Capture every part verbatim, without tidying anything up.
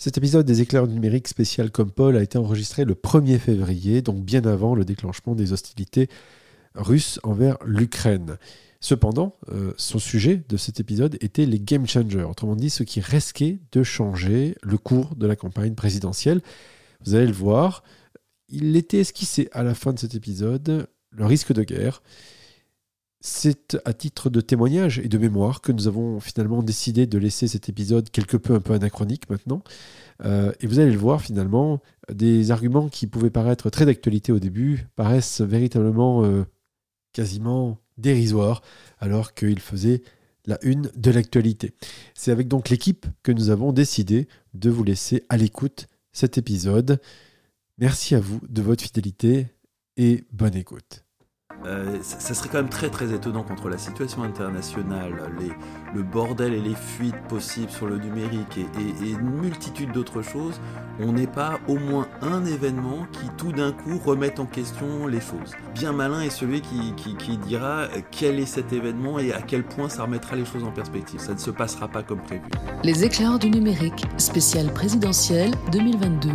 Cet épisode des éclaireurs du numérique spécial comme Paul a été enregistré le premier février, donc bien avant le déclenchement des hostilités russes envers l'Ukraine. Cependant, euh, son sujet de cet épisode était les game changers, autrement dit ce qui risquait de changer le cours de la campagne présidentielle. Vous allez le voir, il était esquissé à la fin de cet épisode, le risque de guerre. C'est à titre de témoignage et de mémoire que nous avons finalement décidé de laisser cet épisode quelque peu un peu anachronique maintenant. Euh, et vous allez le voir finalement, des arguments qui pouvaient paraître très d'actualité au début paraissent véritablement euh, quasiment dérisoires alors qu'ils faisaient la une de l'actualité. C'est avec donc l'équipe que nous avons décidé de vous laisser à l'écoute cet épisode. Merci à vous de votre fidélité et bonne écoute. Euh, ça, ça serait quand même très très étonnant contre la situation internationale, les, le bordel et les fuites possibles sur le numérique et, et, et une multitude d'autres choses, on n'ait pas au moins un événement qui tout d'un coup remette en question les choses. Bien malin est celui qui, qui, qui dira quel est cet événement et à quel point ça remettra les choses en perspective. Ça ne se passera pas comme prévu. Les éclaireurs du numérique, spécial présidentiel deux mille vingt-deux.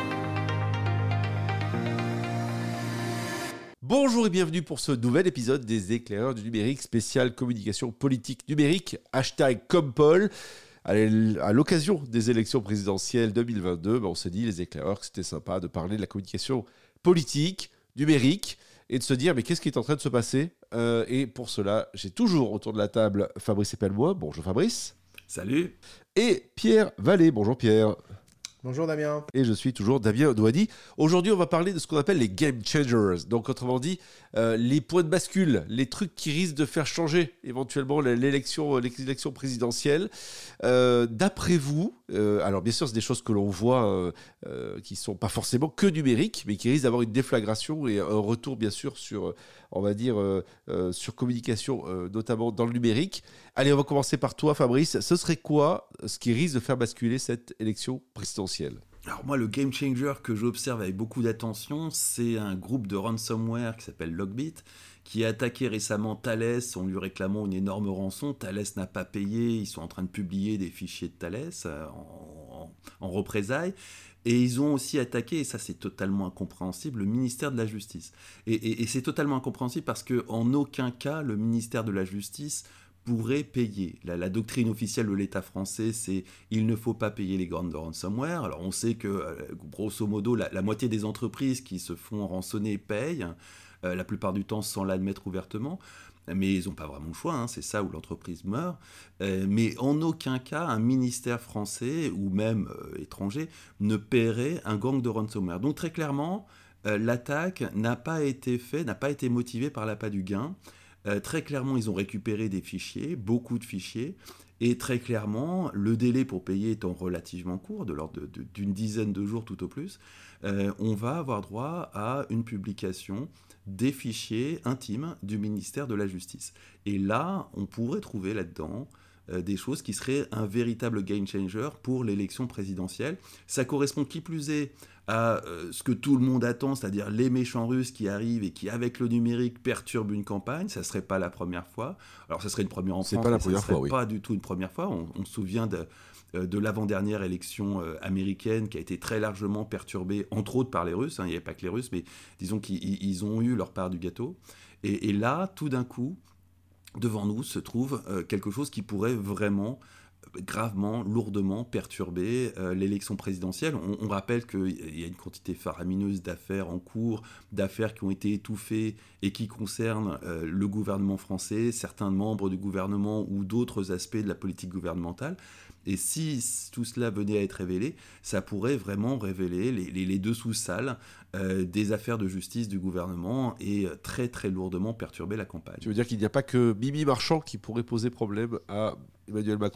Bonjour et bienvenue pour ce nouvel épisode des éclaireurs du numérique spécial communication politique numérique, hashtag comme Paul. À l'occasion des élections présidentielles deux mille vingt-deux, ben on s'est dit les éclaireurs que c'était sympa de parler de la communication politique, numérique et de se dire mais qu'est-ce qui est en train de se passer euh, Et pour cela, j'ai toujours autour de la table Fabrice Epelmois. Bonjour Fabrice. Salut. Et Pierre Vallée. Bonjour Pierre. Bonjour Damien. Et je suis toujours Damien Douadi. Aujourd'hui, on va parler de ce qu'on appelle les game changers. Donc, autrement dit, euh, les points de bascule, les trucs qui risquent de faire changer éventuellement l'élection, l'élection présidentielle. Euh, d'après vous, euh, alors bien sûr, c'est des choses que l'on voit euh, euh, qui ne sont pas forcément que numériques, mais qui risquent d'avoir une déflagration et un retour, bien sûr, sur, on va dire, euh, euh, sur communication, euh, notamment dans le numérique. Allez, on va commencer par toi, Fabrice. Ce serait quoi ce qui risque de faire basculer cette élection présidentielle ? Alors moi, le game changer que j'observe avec beaucoup d'attention, c'est un groupe de ransomware qui s'appelle Logbit, qui a attaqué récemment Thales en lui réclamant une énorme rançon. Thales n'a pas payé, ils sont en train de publier des fichiers de Thales euh, en, en, en représailles. Et ils ont aussi attaqué, et ça c'est totalement incompréhensible, le ministère de la Justice. Et, et, et c'est totalement incompréhensible parce qu'en aucun cas, le ministère de la Justice pourrait payer. La, la doctrine officielle de l'État français, c'est « il ne faut pas payer les gangs de ransomware ». Alors on sait que, grosso modo, la, la moitié des entreprises qui se font rançonner payent, euh, la plupart du temps sans l'admettre ouvertement, mais ils n'ont pas vraiment le choix, hein, c'est ça où l'entreprise meurt. Euh, mais en aucun cas, un ministère français, ou même euh, étranger, ne paierait un gang de ransomware. Donc très clairement, euh, l'attaque n'a pas été faite, n'a pas été motivée par l'appât du gain. Euh, très clairement, ils ont récupéré des fichiers, beaucoup de fichiers, et très clairement, le délai pour payer étant relativement court, de l'ordre de, de, d'une dizaine de jours tout au plus, euh, on va avoir droit à une publication des fichiers intimes du ministère de la Justice. Et là, on pourrait trouver là-dedans euh, des choses qui seraient un véritable game changer pour l'élection présidentielle. Ça correspond qui plus est à euh, ce que tout le monde attend, c'est-à-dire les méchants Russes qui arrivent et qui, avec le numérique, perturbent une campagne. Ça ne serait pas la première fois. Alors, ça serait une première en C'est France, pas la mais première ça ne serait fois, oui. pas du tout une première fois. On, on se souvient de, euh, de l'avant-dernière élection euh, américaine qui a été très largement perturbée, entre autres par les Russes. Hein, il n'y avait pas que les Russes, mais disons qu'ils ils ont eu leur part du gâteau. Et, et là, tout d'un coup, devant nous se trouve euh, quelque chose qui pourrait vraiment gravement, lourdement perturber euh, l'élection présidentielle. On, on rappelle qu'il y a une quantité faramineuse d'affaires en cours, d'affaires qui ont été étouffées et qui concernent euh, le gouvernement français, certains membres du gouvernement ou d'autres aspects de la politique gouvernementale. Et si tout cela venait à être révélé, ça pourrait vraiment révéler les, les, les dessous-salles euh, des affaires de justice du gouvernement et euh, très très lourdement perturber la campagne. Tu veux dire qu'il n'y a pas que Mimi Marchand qui pourrait poser problème à Emmanuel Macron ?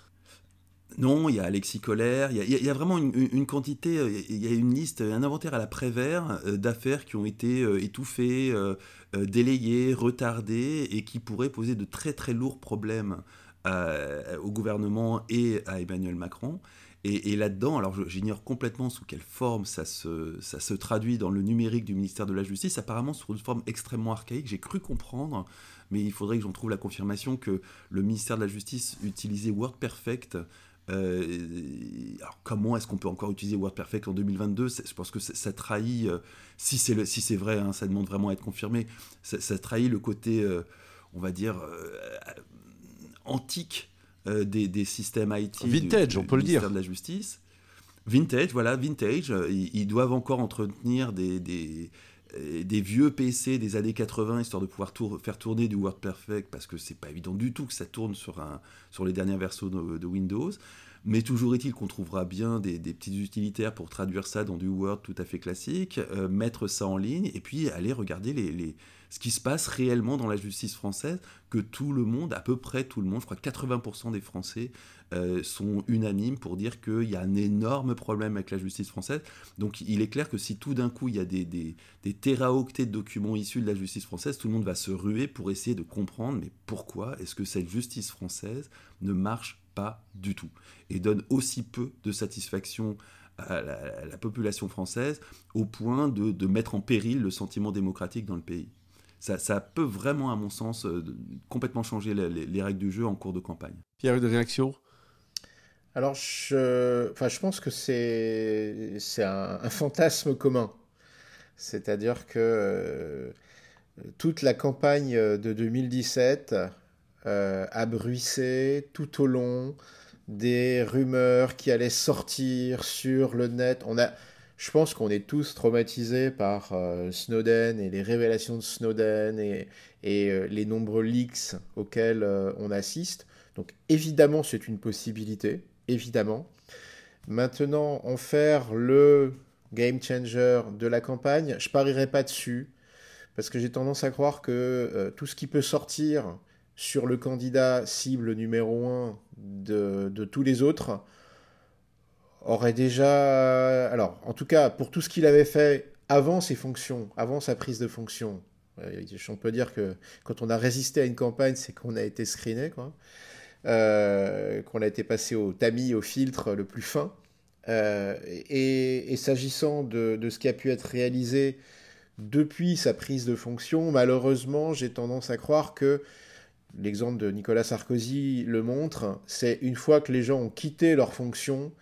Non, il y a Alexis Colère, il y a, il y a vraiment une, une quantité, il y a une liste, un inventaire à la Prévert euh, d'affaires qui ont été euh, étouffées, euh, euh, délayées, retardées et qui pourraient poser de très très lourds problèmes euh, au gouvernement et à Emmanuel Macron. Et, et là-dedans, alors je, j'ignore complètement sous quelle forme ça se, ça se traduit dans le numérique du ministère de la Justice, apparemment sous une forme extrêmement archaïque. J'ai cru comprendre, mais il faudrait que j'en trouve la confirmation, que le ministère de la Justice utilisait WordPerfect Euh, alors comment est-ce qu'on peut encore utiliser WordPerfect en deux mille vingt-deux? C'est, je pense que ça, ça trahit, euh, si, c'est le, si c'est vrai, hein, ça demande vraiment à être confirmé, ça, ça trahit le côté, euh, on va dire, euh, antique euh, des, des systèmes I T. Vintage, du, du, on peut le dire. ministère de la Justice. Vintage, voilà, vintage. Ils, ils doivent encore entretenir des, des, des vieux P C des années quatre-vingts, histoire de pouvoir tour, faire tourner du WordPerfect, parce que c'est pas évident du tout que ça tourne sur, un, sur les dernières versions de, de Windows. Mais toujours est-il qu'on trouvera bien des, des petits utilitaires pour traduire ça dans du Word tout à fait classique, euh, mettre ça en ligne, et puis aller regarder les, les, ce qui se passe réellement dans la justice française, que tout le monde, à peu près tout le monde, je crois que quatre-vingts pour cent des Français euh, sont unanimes pour dire qu'il y a un énorme problème avec la justice française. Donc il est clair que si tout d'un coup il y a des, des, des téraoctets de documents issus de la justice française, tout le monde va se ruer pour essayer de comprendre, mais pourquoi est-ce que cette justice française ne marche pas du tout et donne aussi peu de satisfaction à la, à la population française au point de, de mettre en péril le sentiment démocratique dans le pays. Ça, ça peut vraiment, à mon sens, euh, complètement changer les, les, les règles du jeu en cours de campagne. Pierre, une réaction? Alors, je, enfin, je pense que c'est, c'est un, un fantasme commun. C'est-à-dire que euh, toute la campagne de deux mille dix-sept euh, a bruissé tout au long des rumeurs qui allaient sortir sur le net. On a, je pense qu'on est tous traumatisés par euh, Snowden et les révélations de Snowden et, et euh, les nombreux leaks auxquels euh, on assiste. Donc évidemment, c'est une possibilité, évidemment. Maintenant, en faire le game changer de la campagne, je parierais pas dessus, parce que j'ai tendance à croire que euh, tout ce qui peut sortir sur le candidat cible numéro un de, de tous les autres aurait déjà... Alors, en tout cas, pour tout ce qu'il avait fait avant ses fonctions, avant sa prise de fonction, on peut dire que quand on a résisté à une campagne, c'est qu'on a été screené, quoi. Euh, qu'on a été passé au tamis, au filtre le plus fin. Euh, et, et s'agissant de, de ce qui a pu être réalisé depuis sa prise de fonction, malheureusement, j'ai tendance à croire que l'exemple de Nicolas Sarkozy le montre, c'est une fois que les gens ont quitté leur fonction,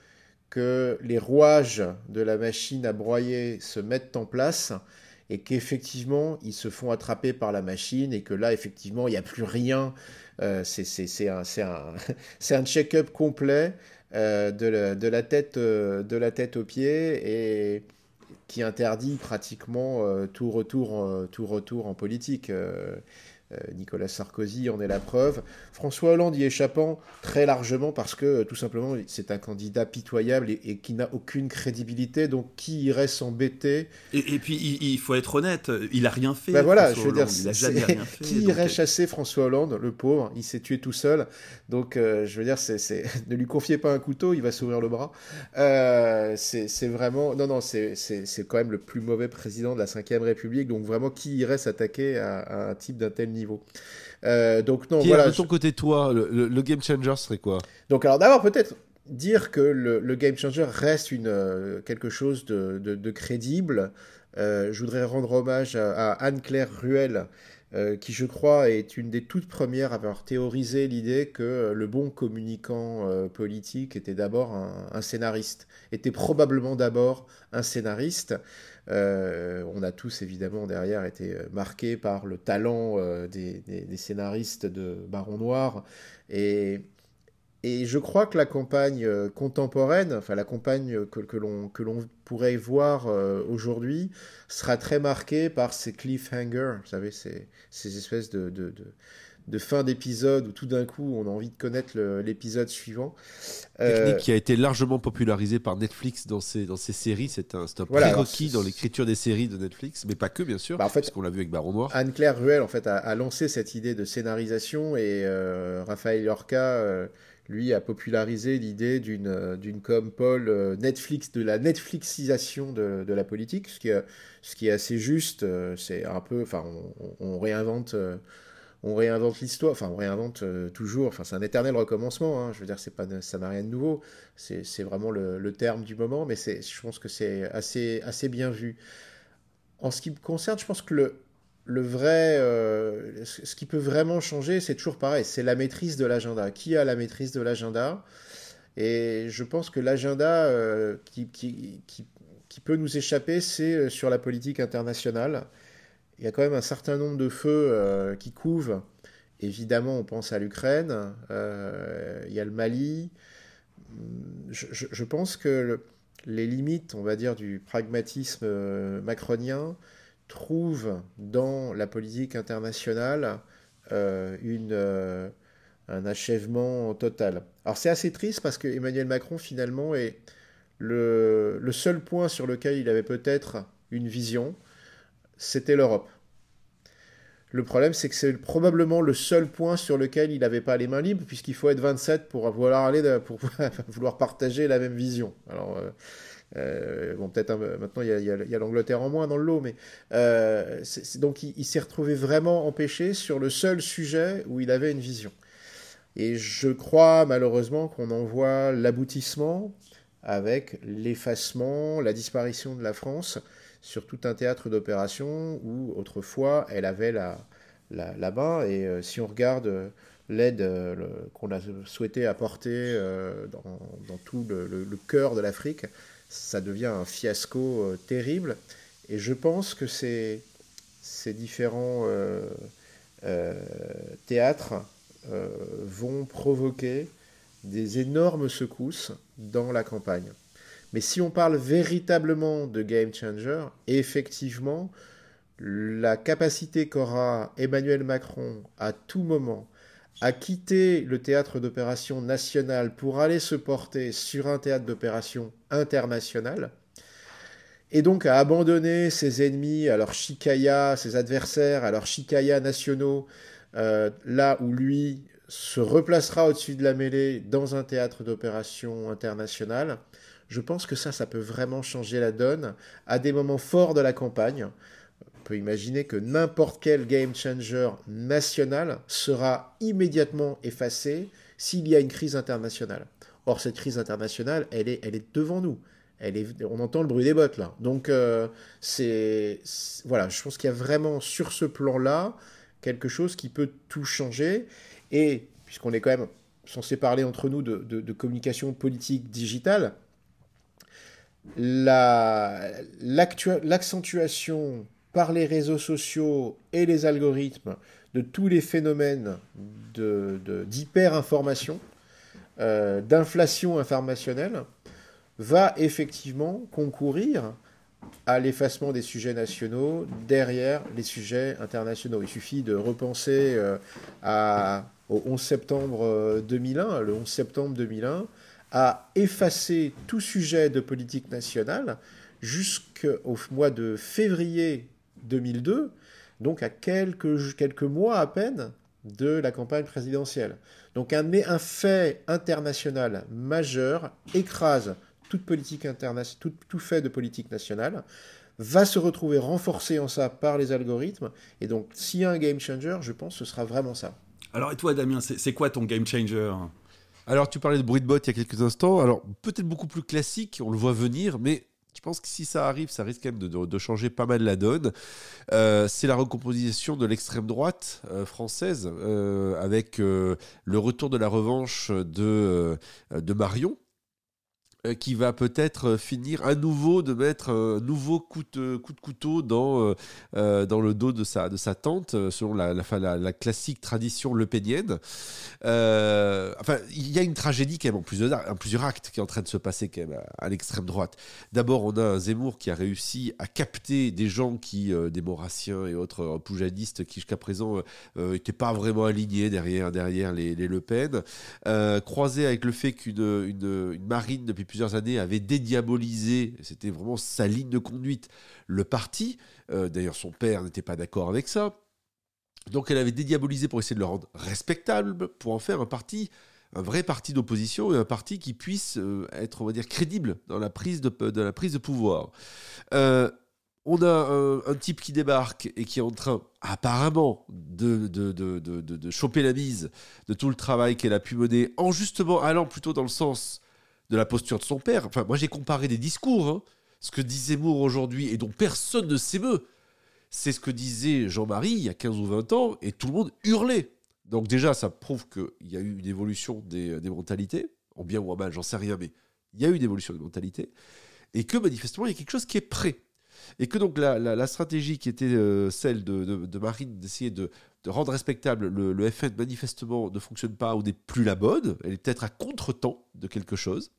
que les rouages de la machine à broyer se mettent en place et qu'effectivement, ils se font attraper par la machine et que là, effectivement, il n'y a plus rien. Euh, c'est, c'est, c'est un, c'est un, c'est un check-up complet euh, de, la, de, la tête, euh, de la tête aux pieds et qui interdit pratiquement euh, tout, retour, euh, tout retour en politique. Euh, Euh, Nicolas Sarkozy en est la preuve. François Hollande y échappant très largement parce que tout simplement c'est un candidat pitoyable et, et qui n'a aucune crédibilité, donc qui irait s'embêter? Et, et puis il, il faut être honnête, il a rien fait. Ben voilà, François je veux Hollande, dire, il a c'est, jamais rien fait. qui donc... irait chasser François Hollande, le pauvre? Il s'est tué tout seul, donc euh, je veux dire, c'est, c'est... ne lui confiez pas un couteau, il va s'ouvrir le bras. Euh, c'est, c'est vraiment, non non, c'est, c'est, c'est quand même le plus mauvais président de la cinquième République, donc vraiment qui irait s'attaquer à, à un type d'un tel niveau? Euh, donc non, Pierre, voilà. de ton je... côté, toi, le, le, le game changer serait quoi? Donc alors d'abord peut-être dire que le, le game changer reste une, euh, quelque chose de, de, de crédible. Euh, je voudrais rendre hommage à, à Anne-Claire Ruel, euh, qui je crois est une des toutes premières à avoir théorisé l'idée que le bon communicant euh, politique était d'abord un, un scénariste, était probablement d'abord un scénariste. Euh, on a tous évidemment derrière été marqués par le talent euh, des, des, des scénaristes de Baron Noir et, et je crois que la campagne euh, contemporaine, enfin la campagne que, que, l'on, que l'on pourrait voir euh, aujourd'hui sera très marquée par ces cliffhangers, vous savez, ces, ces espèces de, de, de de fin d'épisode où tout d'un coup on a envie de connaître le, l'épisode suivant. Technique euh... qui a été largement popularisée par Netflix dans ses, dans ses séries. C'est un, c'est un voilà, prérequis dans l'écriture des séries de Netflix, mais pas que bien sûr, bah en fait, parce qu'on l'a vu avec Baron Noir. Anne-Claire Ruel en fait a, a lancé cette idée de scénarisation et euh, Raphaël Lorca euh, lui a popularisé l'idée d'une, d'une com-pol euh, Netflix, de la Netflixisation de, de la politique, ce qui est, ce qui est assez juste. Euh, c'est un peu, enfin on, on réinvente... Euh, on réinvente l'histoire, enfin on réinvente euh, toujours, enfin c'est un éternel recommencement, hein, je veux dire c'est pas, ça n'a rien de nouveau, c'est, c'est vraiment le, le terme du moment, mais c'est, je pense que c'est assez, assez bien vu. En ce qui me concerne, je pense que le, le vrai, euh, ce qui peut vraiment changer, c'est toujours pareil, c'est la maîtrise de l'agenda. Qui a la maîtrise de l'agenda ? Et je pense que l'agenda euh, qui, qui, qui, qui peut nous échapper, c'est sur la politique internationale. Il y a quand même un certain nombre de feux euh, qui couvent. Évidemment, on pense à l'Ukraine, euh, il y a le Mali. Je, je, je pense que le, les limites, on va dire, du pragmatisme euh, macronien trouvent dans la politique internationale euh, une, euh, un achèvement total. Alors c'est assez triste parce que Emmanuel Macron, finalement, est le, le seul point sur lequel il avait peut-être une vision, c'était l'Europe. Le problème, c'est que c'est probablement le seul point sur lequel il n'avait pas les mains libres, puisqu'il faut être vingt-sept pour vouloir, aller de, pour vouloir partager la même vision. Alors, euh, euh, bon, peut-être un, maintenant, il y a, y a, y a l'Angleterre en moins dans le lot, mais euh, c'est, c'est, donc il, il s'est retrouvé vraiment empêché sur le seul sujet où il avait une vision. Et je crois, malheureusement, qu'on en voit l'aboutissement avec l'effacement, la disparition de la France sur tout un théâtre d'opération où autrefois elle avait la, la, la main. Et euh, si on regarde euh, l'aide euh, le, qu'on a souhaité apporter euh, dans, dans tout le, le, le cœur de l'Afrique, ça devient un fiasco euh, terrible. Et je pense que ces, ces différents euh, euh, théâtres euh, vont provoquer des énormes secousses dans la campagne. Mais si on parle véritablement de game changer, effectivement, la capacité qu'aura Emmanuel Macron à tout moment à quitter le théâtre d'opération national pour aller se porter sur un théâtre d'opération international, et donc à abandonner ses ennemis à leur chicaya, ses adversaires à leur chicaya nationaux, euh, là où lui se replacera au-dessus de la mêlée dans un théâtre d'opération international, je pense que ça, ça peut vraiment changer la donne à des moments forts de la campagne. On peut imaginer que n'importe quel game changer national sera immédiatement effacé s'il y a une crise internationale. Or, cette crise internationale, elle est, elle est devant nous. Elle est, on entend le bruit des bottes, là. Donc, euh, c'est, c'est, voilà, je pense qu'il y a vraiment, sur ce plan-là, quelque chose qui peut tout changer. Et, puisqu'on est quand même censé parler entre nous de, de, de communication politique digitale, La, l'accentuation par les réseaux sociaux et les algorithmes de tous les phénomènes de, de, d'hyper-information, euh, d'inflation informationnelle, va effectivement concourir à l'effacement des sujets nationaux derrière les sujets internationaux. Il suffit de repenser euh, à, au onze septembre deux mille un, le onze septembre deux mille un, a effacé tout sujet de politique nationale jusqu'au mois de février deux mille deux, donc à quelques, quelques mois à peine de la campagne présidentielle. Donc un, un fait international majeur écrase toute politique interna- tout, tout fait de politique nationale, va se retrouver renforcé en ça par les algorithmes, et donc s'il y a un game changer, je pense que ce sera vraiment ça. Alors et toi Damien, c'est, c'est quoi ton game changer ? Alors, tu parlais de bruit de bottes il y a quelques instants. Alors, peut-être beaucoup plus classique, on le voit venir, mais je pense que si ça arrive, ça risque quand même de, de, de changer pas mal la donne. Euh, c'est la recomposition de l'extrême droite euh, française, euh, avec euh, le retour de la revanche de, euh, de Marion, euh, qui va peut-être finir à nouveau de mettre un nouveau coup de, coup de couteau dans, euh, dans le dos de sa, de sa tante, selon la, la, la, la classique tradition lepénienne. Euh, enfin, il y a une tragédie quand même en plusieurs, en plusieurs actes qui est en train de se passer quand même à, à l'extrême droite. D'abord, on a un Zemmour qui a réussi à capter des gens qui, euh, des maurassiens et autres euh, poujadistes qui jusqu'à présent n'étaient euh, pas vraiment alignés derrière, derrière les, les Le Pen, euh, croisé avec le fait qu'une une, une marine depuis plusieurs années avait dédiabolisé, c'était vraiment sa ligne de conduite, le parti. Euh, d'ailleurs, son père n'était pas d'accord avec ça. Donc elle avait dédiabolisé pour essayer de le rendre respectable, pour en faire un parti, un vrai parti d'opposition et un parti qui puisse euh, être, on va dire, crédible dans la prise de, de, la prise de pouvoir. Euh, on a un, un type qui débarque et qui est en train, apparemment, de, de, de, de, de, de choper la mise de tout le travail qu'elle a pu mener, en justement allant plutôt dans le sens de la posture de son père. Enfin, moi j'ai comparé des discours, hein, ce que dit Zemmour aujourd'hui et dont personne ne s'émeut. C'est ce que disait Jean-Marie il y a quinze ou vingt ans, et tout le monde hurlait. Donc déjà, ça prouve qu'il y a eu une évolution des, des mentalités en bien ou en mal, j'en sais rien, mais il y a eu une évolution de mentalité, et que manifestement, il y a quelque chose qui est prêt. Et que donc la, la, la stratégie qui était euh, celle de, de, de Marine d'essayer de, de rendre respectable le, le F N manifestement ne fonctionne pas ou n'est plus la bonne, elle est peut-être à contre-temps de quelque chose.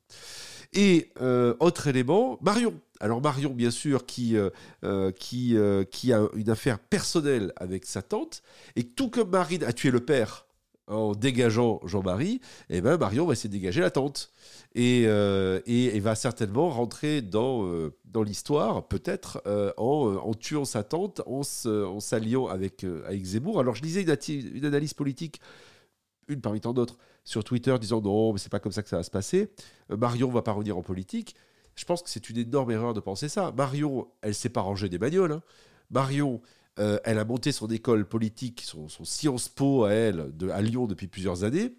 Et euh, autre élément, Marion. Alors Marion, bien sûr, qui, euh, euh, qui, euh, qui a une affaire personnelle avec sa tante, et tout comme Marine a tué le père en dégageant Jean-Marie, eh ben Marion va essayer de dégager la tante. Et, euh, et, et va certainement rentrer dans, euh, dans l'histoire, peut-être, euh, en, en tuant sa tante, en, se, en s'alliant avec, euh, avec Zemmour. Alors je lisais une, ati- une analyse politique, une parmi tant d'autres, sur Twitter, disant non, mais c'est pas comme ça que ça va se passer. Euh, Marion va pas revenir en politique. Je pense que c'est une énorme erreur de penser ça. Marion, elle s'est pas rangée des bagnoles. Hein. Marion, euh, elle a monté son école politique, son, son Sciences Po à elle, de, à Lyon depuis plusieurs années,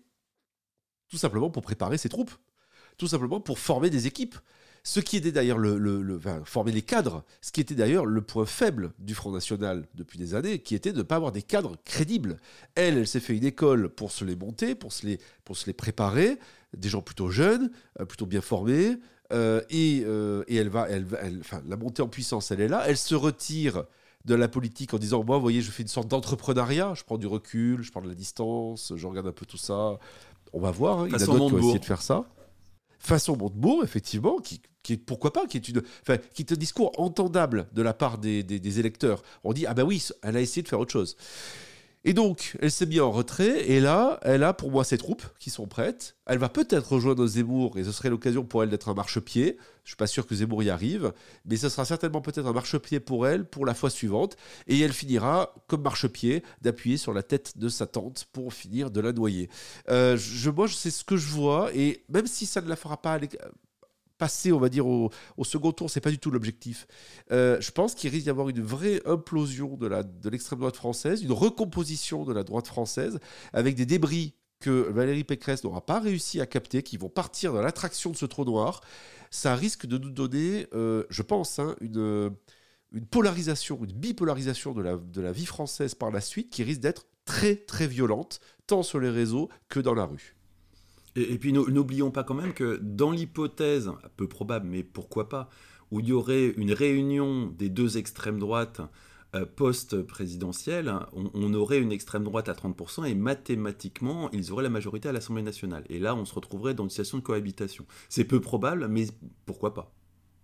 tout simplement pour préparer ses troupes. Tout simplement pour former des équipes. Ce qui était d'ailleurs le, le, le enfin, former les cadres, ce qui était d'ailleurs le point faible du Front National depuis des années, qui était de ne pas avoir des cadres crédibles. Elle, elle s'est fait une école pour se les monter, pour se les, pour se les préparer, des gens plutôt jeunes, euh, plutôt bien formés, euh, et, euh, et elle va, elle, elle, enfin, la montée en puissance, elle est là. Elle se retire de la politique en disant, moi, vous voyez, je fais une sorte d'entrepreneuriat, je prends du recul, je prends de la distance, je regarde un peu tout ça. On va voir, hein. Il y en a d'autres qui ont essayé de faire ça. Façon Montebourg, effectivement, qui, qui est, pourquoi pas, qui est, une, enfin, qui est un discours entendable de la part des, des, des électeurs. On dit, ah ben oui, elle a essayé de faire autre chose. Et donc, elle s'est mise en retrait, et là, elle a pour moi ses troupes qui sont prêtes. Elle va peut-être rejoindre Zemmour, et ce serait l'occasion pour elle d'être un marchepied. Je ne suis pas sûr que Zemmour y arrive, mais ce sera certainement peut-être un marchepied pour elle pour la fois suivante. Et elle finira, comme marchepied, d'appuyer sur la tête de sa tante pour finir de la noyer. Euh, je, moi, c'est ce que je vois, et même si ça ne la fera pas aller passer, on va dire, au, au second tour, c'est pas du tout l'objectif. Euh, je pense qu'il risque d'y avoir une vraie implosion de, la, de l'extrême droite française, une recomposition de la droite française, avec des débris que Valérie Pécresse n'aura pas réussi à capter, qui vont partir dans l'attraction de ce trou noir. Ça risque de nous donner, euh, je pense, hein, une, une polarisation, une bipolarisation de la, de la vie française par la suite, qui risque d'être très, très violente, tant sur les réseaux que dans la rue. Et, et puis n'oublions pas quand même que dans l'hypothèse, peu probable, mais pourquoi pas, où il y aurait une réunion des deux extrêmes droites euh, post-présidentielle, on, on aurait une extrême droite à trente pour cent et mathématiquement, ils auraient la majorité à l'Assemblée nationale. Et là, on se retrouverait dans une situation de cohabitation. C'est peu probable, mais pourquoi pas.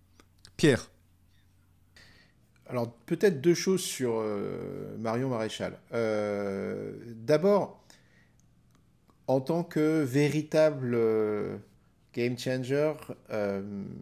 Pierre. Alors, peut-être deux choses sur euh, Marion Maréchal. Euh, d'abord, en tant que véritable euh, game changer, euh,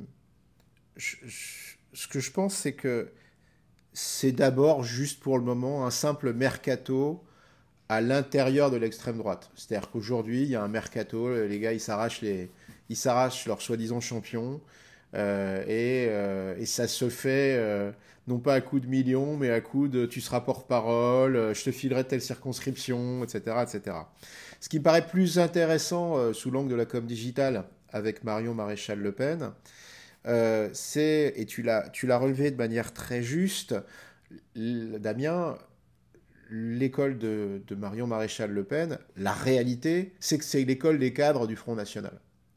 je, je, ce que je pense, c'est que c'est d'abord, juste pour le moment, un simple mercato à l'intérieur de l'extrême droite. C'est-à-dire qu'aujourd'hui, il y a un mercato, les gars, ils s'arrachent, les, ils s'arrachent leurs soi-disant champions, euh, et, euh, et ça se fait euh, non pas à coup de millions, mais à coup de tu seras porte-parole, je te filerai telle circonscription, et cetera, et cetera. Ce qui me paraît plus intéressant euh, sous l'angle de la com digitale avec Marion Maréchal Le Pen, euh, c'est, et tu l'as, tu l'as relevé de manière très juste, Damien, l'école de, de Marion Maréchal Le Pen, la réalité, c'est que c'est l'école des cadres du Front National.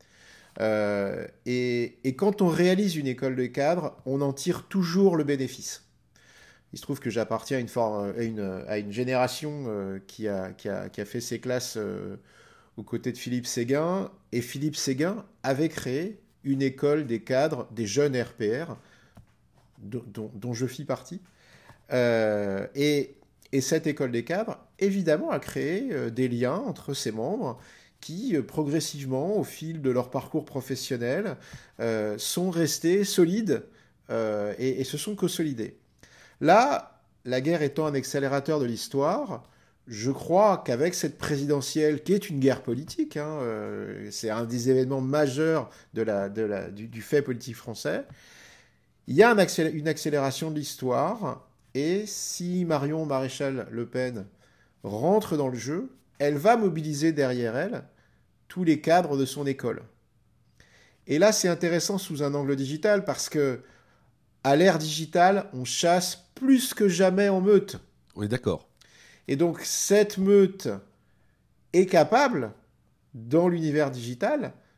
Euh, et, et quand on réalise une école de cadres, on en tire toujours le bénéfice. Il se trouve que j'appartiens à une, for- à une, à une génération euh, qui, a, qui, a, qui a fait ses classes euh, aux côtés de Philippe Séguin. Et Philippe Séguin avait créé une école des cadres, des jeunes R P R, dont, dont, dont je fis partie. Euh, et, et cette école des cadres, évidemment, a créé euh, des liens entre ses membres qui, euh, progressivement, au fil de leur parcours professionnel, euh, sont restés solides euh, et, et se sont consolidés. Là, la guerre étant un accélérateur de l'histoire, je crois qu'avec cette présidentielle, qui est une guerre politique, hein, euh, c'est un des événements majeurs de la, de la, du, du fait politique français, il y a un accélé- une accélération de l'histoire, et si Marion Maréchal Le Pen rentre dans le jeu, elle va mobiliser derrière elle tous les cadres de son école. Et là, c'est intéressant sous un angle digital, parce que à l'ère digitale, on chasse plus que jamais en meute. On est d'accord. Et donc, cette meute est capable, dans l'univers digital,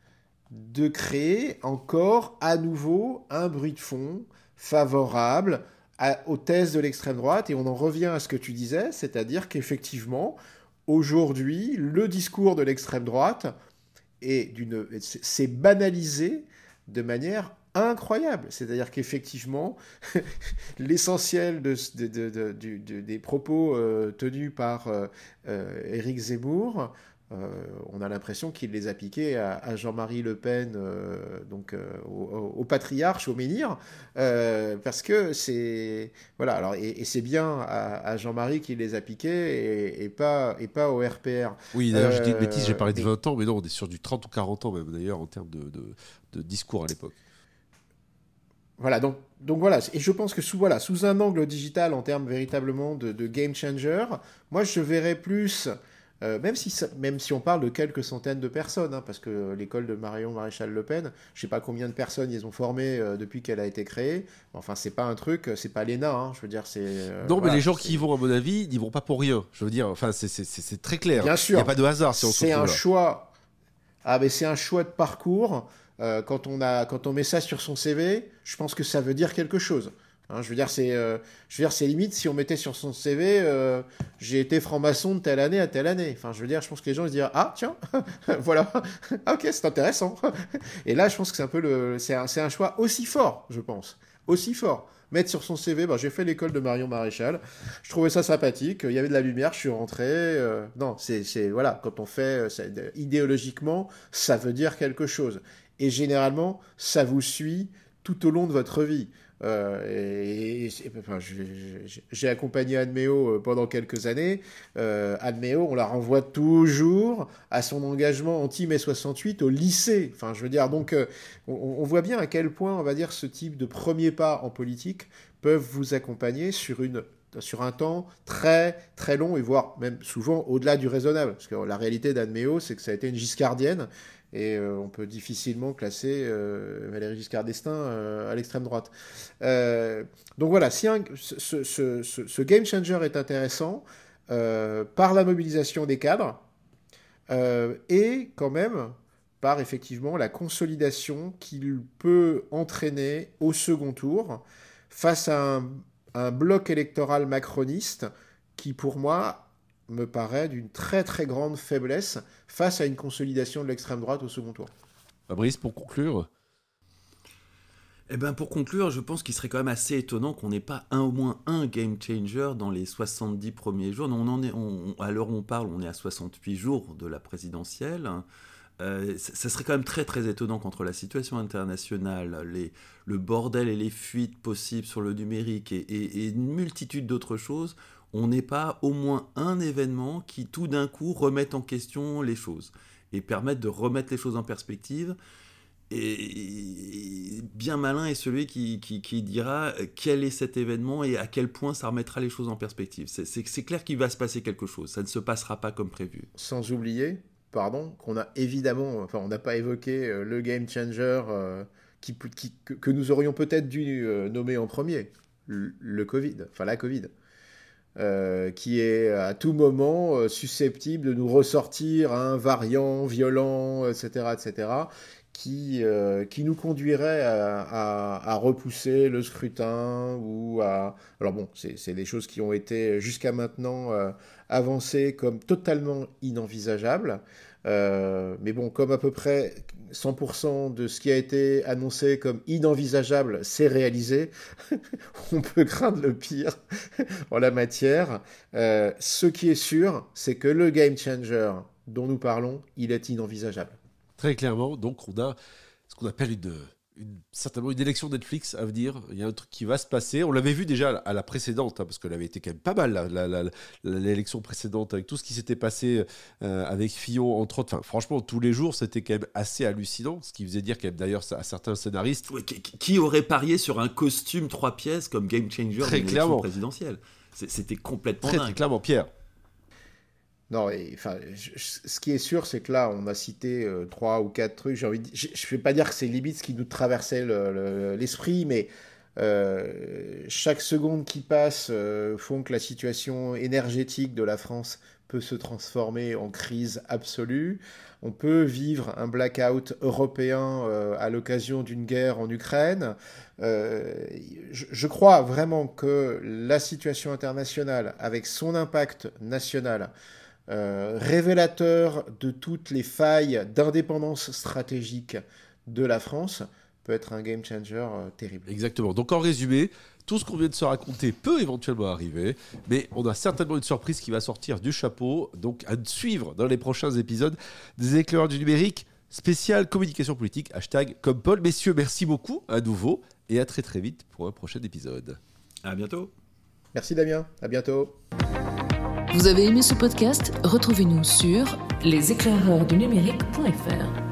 de créer encore à nouveau un bruit de fond favorable à, aux thèses de l'extrême droite. Et on en revient à ce que tu disais, c'est-à-dire qu'effectivement, aujourd'hui, le discours de l'extrême droite est d'une, c'est banalisé de manière incroyable. C'est-à-dire qu'effectivement, l'essentiel de, de, de, de, de, de, des propos euh, tenus par euh, euh, Éric Zemmour, euh, on a l'impression qu'il les a piqués à, à Jean-Marie Le Pen, euh, donc euh, au, au patriarche, au menhir, euh, parce que c'est voilà. Alors et, et c'est bien à, à Jean-Marie qu'il les a piqués et, et pas et pas au R P R. Oui, d'ailleurs, euh, je dis une bêtise, j'ai parlé de mais... vingt ans, mais non, on est sur du trente ou quarante ans même, d'ailleurs, en termes de, de, de discours à l'époque. Voilà, donc, donc voilà, et je pense que sous, voilà, sous un angle digital en termes véritablement de, de game changer, moi je verrais plus, euh, même, si ça, même si on parle de quelques centaines de personnes, hein, parce que l'école de Marion Maréchal Le Pen, je ne sais pas combien de personnes ils ont formé euh, depuis qu'elle a été créée, enfin c'est pas un truc, c'est pas l'E N A, hein, je veux dire, c'est... Euh, non, voilà, mais les gens c'est... qui y vont, à mon avis, n'y vont pas pour rien, je veux dire, enfin c'est, c'est, c'est, c'est très clair. Bien sûr. Il n'y a pas de hasard si on se retrouve là. C'est un choix, ah mais c'est un choix de parcours. Euh, quand, on a, quand on met ça sur son C V, je pense que ça veut dire quelque chose. Hein, je veux dire, c'est, euh, je veux dire, c'est limite si on mettait sur son C V, euh, j'ai été franc-maçon de telle année à telle année. Enfin, je veux dire, je pense que les gens ils se disent ah tiens, voilà, ah, ok, c'est intéressant. Et là, je pense que c'est un peu le, c'est un, c'est un choix aussi fort, je pense, aussi fort. Mettre sur son C V, bah, j'ai fait l'école de Marion Maréchal, je trouvais ça sympathique, il y avait de la lumière, je suis rentré. Euh, non, c'est, c'est voilà, quand on fait, c'est, idéologiquement, ça veut dire quelque chose. Et généralement, ça vous suit tout au long de votre vie. Euh, et, et, enfin, j'ai, j'ai accompagné Anne Méo pendant quelques années. Euh, Anne Méo, on la renvoie toujours à son engagement anti-mai soixante-huit au lycée. Enfin, je veux dire, donc, euh, on, on voit bien à quel point, on va dire, ce type de premiers pas en politique peuvent vous accompagner sur une sur un temps très très long et voire même souvent au-delà du raisonnable. Parce que la réalité d'Anne Méo, c'est que ça a été une giscardienne. Et euh, on peut difficilement classer euh, Valéry Giscard d'Estaing euh, à l'extrême droite. Euh, donc voilà, si un, ce, ce, ce, ce game changer est intéressant euh, par la mobilisation des cadres euh, et quand même par effectivement la consolidation qu'il peut entraîner au second tour face à un, un bloc électoral macroniste qui pour moi me paraît d'une très très grande faiblesse face à une consolidation de l'extrême droite au second tour. Fabrice, pour conclure Eh ben pour conclure, je pense qu'il serait quand même assez étonnant qu'on n'ait pas un au moins un game changer dans les soixante-dix premiers jours. On en est, on, à l'heure où on parle, on est à soixante-huit jours de la présidentielle. Euh, ça serait quand même très très étonnant qu'entre la situation internationale, les, le bordel et les fuites possibles sur le numérique et, et, et une multitude d'autres choses, on n'ait pas au moins un événement qui tout d'un coup remette en question les choses et permette de remettre les choses en perspective. Et bien malin est celui qui, qui, qui dira quel est cet événement et à quel point ça remettra les choses en perspective. C'est, c'est, c'est clair qu'il va se passer quelque chose, ça ne se passera pas comme prévu. Sans oublier, pardon, qu'on a évidemment, enfin on n'a pas évoqué euh, le game changer euh, qui, qui, que, que nous aurions peut-être dû euh, nommer en premier, le, le Covid, enfin la Covid. Euh, qui est à tout moment euh, susceptible de nous ressortir un variant violent, et cetera, et cetera, qui, euh, qui nous conduirait à, à, à repousser le scrutin ou à... Alors bon, c'est, c'est des choses qui ont été jusqu'à maintenant euh, avancées comme totalement inenvisageables. Euh, mais bon, comme à peu près cent pour cent de ce qui a été annoncé comme inenvisageable s'est réalisé, on peut craindre le pire en la matière. Euh, ce qui est sûr, c'est que le game changer dont nous parlons, il est inenvisageable. Très clairement, donc on a ce qu'on appelle une, une, certainement une élection Netflix à venir. Il y a un truc qui va se passer. On l'avait vu déjà à la précédente, hein, parce qu'elle avait été quand même pas mal, la, la, la, la, l'élection précédente, avec tout ce qui s'était passé euh, avec Fillon, entre autres. Enfin, franchement, tous les jours, c'était quand même assez hallucinant, ce qui faisait dire qu'il y avait d'ailleurs à certains scénaristes... Ouais, qui, qui aurait parié sur un costume trois pièces comme game changer d'une élection présidentielle ? C'était complètement très, dingue. Très clairement, Pierre. Non, et, enfin, je, ce qui est sûr, c'est que là, on a cité euh, trois ou quatre trucs. J'ai envie de, je ne vais pas dire que c'est limite ce qui nous traversait le, le, l'esprit, mais euh, chaque seconde qui passe euh, font que la situation énergétique de la France peut se transformer en crise absolue. On peut vivre un blackout européen euh, à l'occasion d'une guerre en Ukraine. Euh, je, je crois vraiment que la situation internationale, avec son impact national, euh, révélateur de toutes les failles d'indépendance stratégique de la France, peut être un game changer euh, terrible. Exactement. Donc en résumé, tout ce qu'on vient de se raconter peut éventuellement arriver, mais on a certainement une surprise qui va sortir du chapeau, donc à suivre dans les prochains épisodes des éclaireurs du numérique spécial communication politique, hashtag comme Paul. Messieurs, merci beaucoup à nouveau et à très très vite pour un prochain épisode. À bientôt. Merci Damien, à bientôt. Vous avez aimé ce podcast ? Retrouvez-nous sur les éclaireurs du numérique point f r.